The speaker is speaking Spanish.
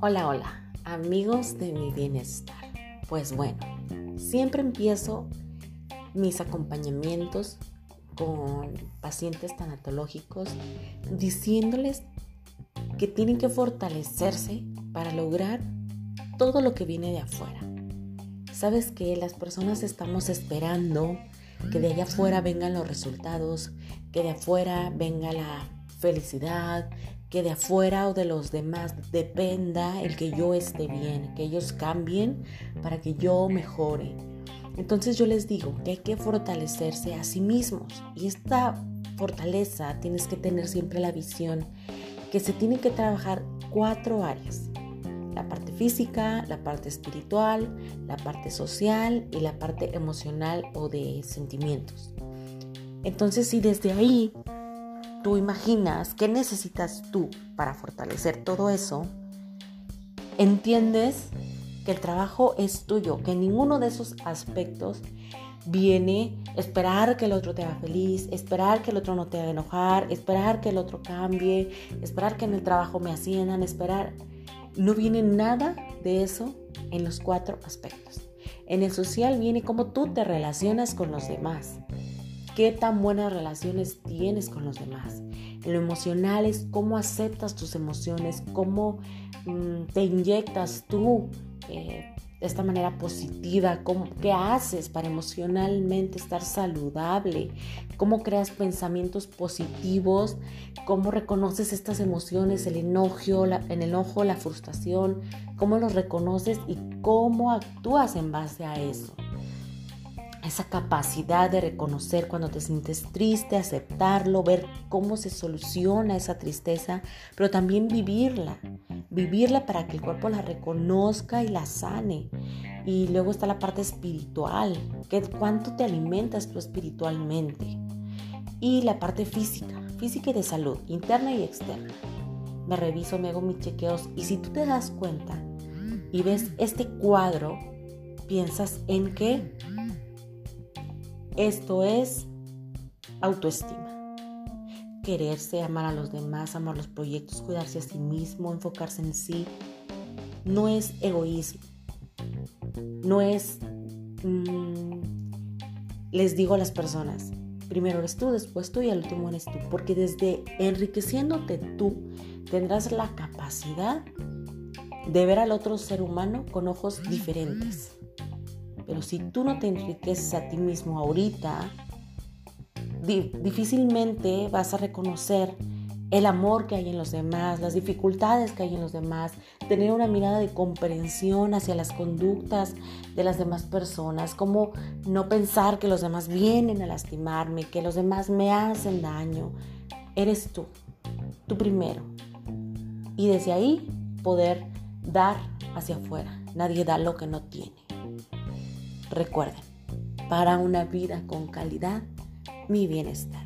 Hola, hola, amigos de mi bienestar. Pues bueno, siempre empiezo mis acompañamientos con pacientes tanatológicos diciéndoles que tienen que fortalecerse para lograr todo lo que viene de afuera. Sabes que las personas estamos esperando que de allá afuera vengan los resultados, que de afuera venga la felicidad, que de afuera o de los demás dependa el que yo esté bien, que ellos cambien para que yo mejore. Entonces yo les digo que hay que fortalecerse a sí mismos, y esta fortaleza tienes que tener siempre la visión que se tienen que trabajar 4 áreas: la parte física, la parte espiritual, la parte social y la parte emocional o de sentimientos. Entonces, si desde ahí tú imaginas qué necesitas tú para fortalecer todo eso, entiendes que el trabajo es tuyo, que ninguno de esos aspectos viene esperar que el otro te haga feliz, esperar que el otro no te haga enojar, esperar que el otro cambie, esperar que en el trabajo me asciendan, esperar. No viene nada de eso en los 4 aspectos. En el social viene cómo tú te relacionas con los demás. ¿Qué tan buenas relaciones tienes con los demás? En lo emocional es cómo aceptas tus emociones, cómo te inyectas tú de esta manera positiva, qué haces para emocionalmente estar saludable, cómo creas pensamientos positivos, cómo reconoces estas emociones, el enojo, la frustración, cómo los reconoces y cómo actúas en base a eso. Esa capacidad de reconocer cuando te sientes triste, aceptarlo, ver cómo se soluciona esa tristeza, pero también vivirla para que el cuerpo la reconozca y la sane. Y luego está la parte espiritual, cuánto te alimentas tú espiritualmente. Y la parte física y de salud, interna y externa. Me reviso, me hago mis chequeos, y si tú te das cuenta y ves este cuadro, piensas en que esto es autoestima, quererse, amar a los demás, amar los proyectos, cuidarse a sí mismo, enfocarse en sí. No es egoísmo, no es, les digo a las personas, primero eres tú, después tú y al último eres tú, porque desde enriqueciéndote tú tendrás la capacidad de ver al otro ser humano con ojos diferentes. Pero si tú no te enriqueces a ti mismo ahorita, difícilmente vas a reconocer el amor que hay en los demás, las dificultades que hay en los demás, tener una mirada de comprensión hacia las conductas de las demás personas, cómo no pensar que los demás vienen a lastimarme, que los demás me hacen daño. Eres tú primero. Y desde ahí poder dar hacia afuera. Nadie da lo que no tiene. Recuerden, para una vida con calidad, mi bienestar.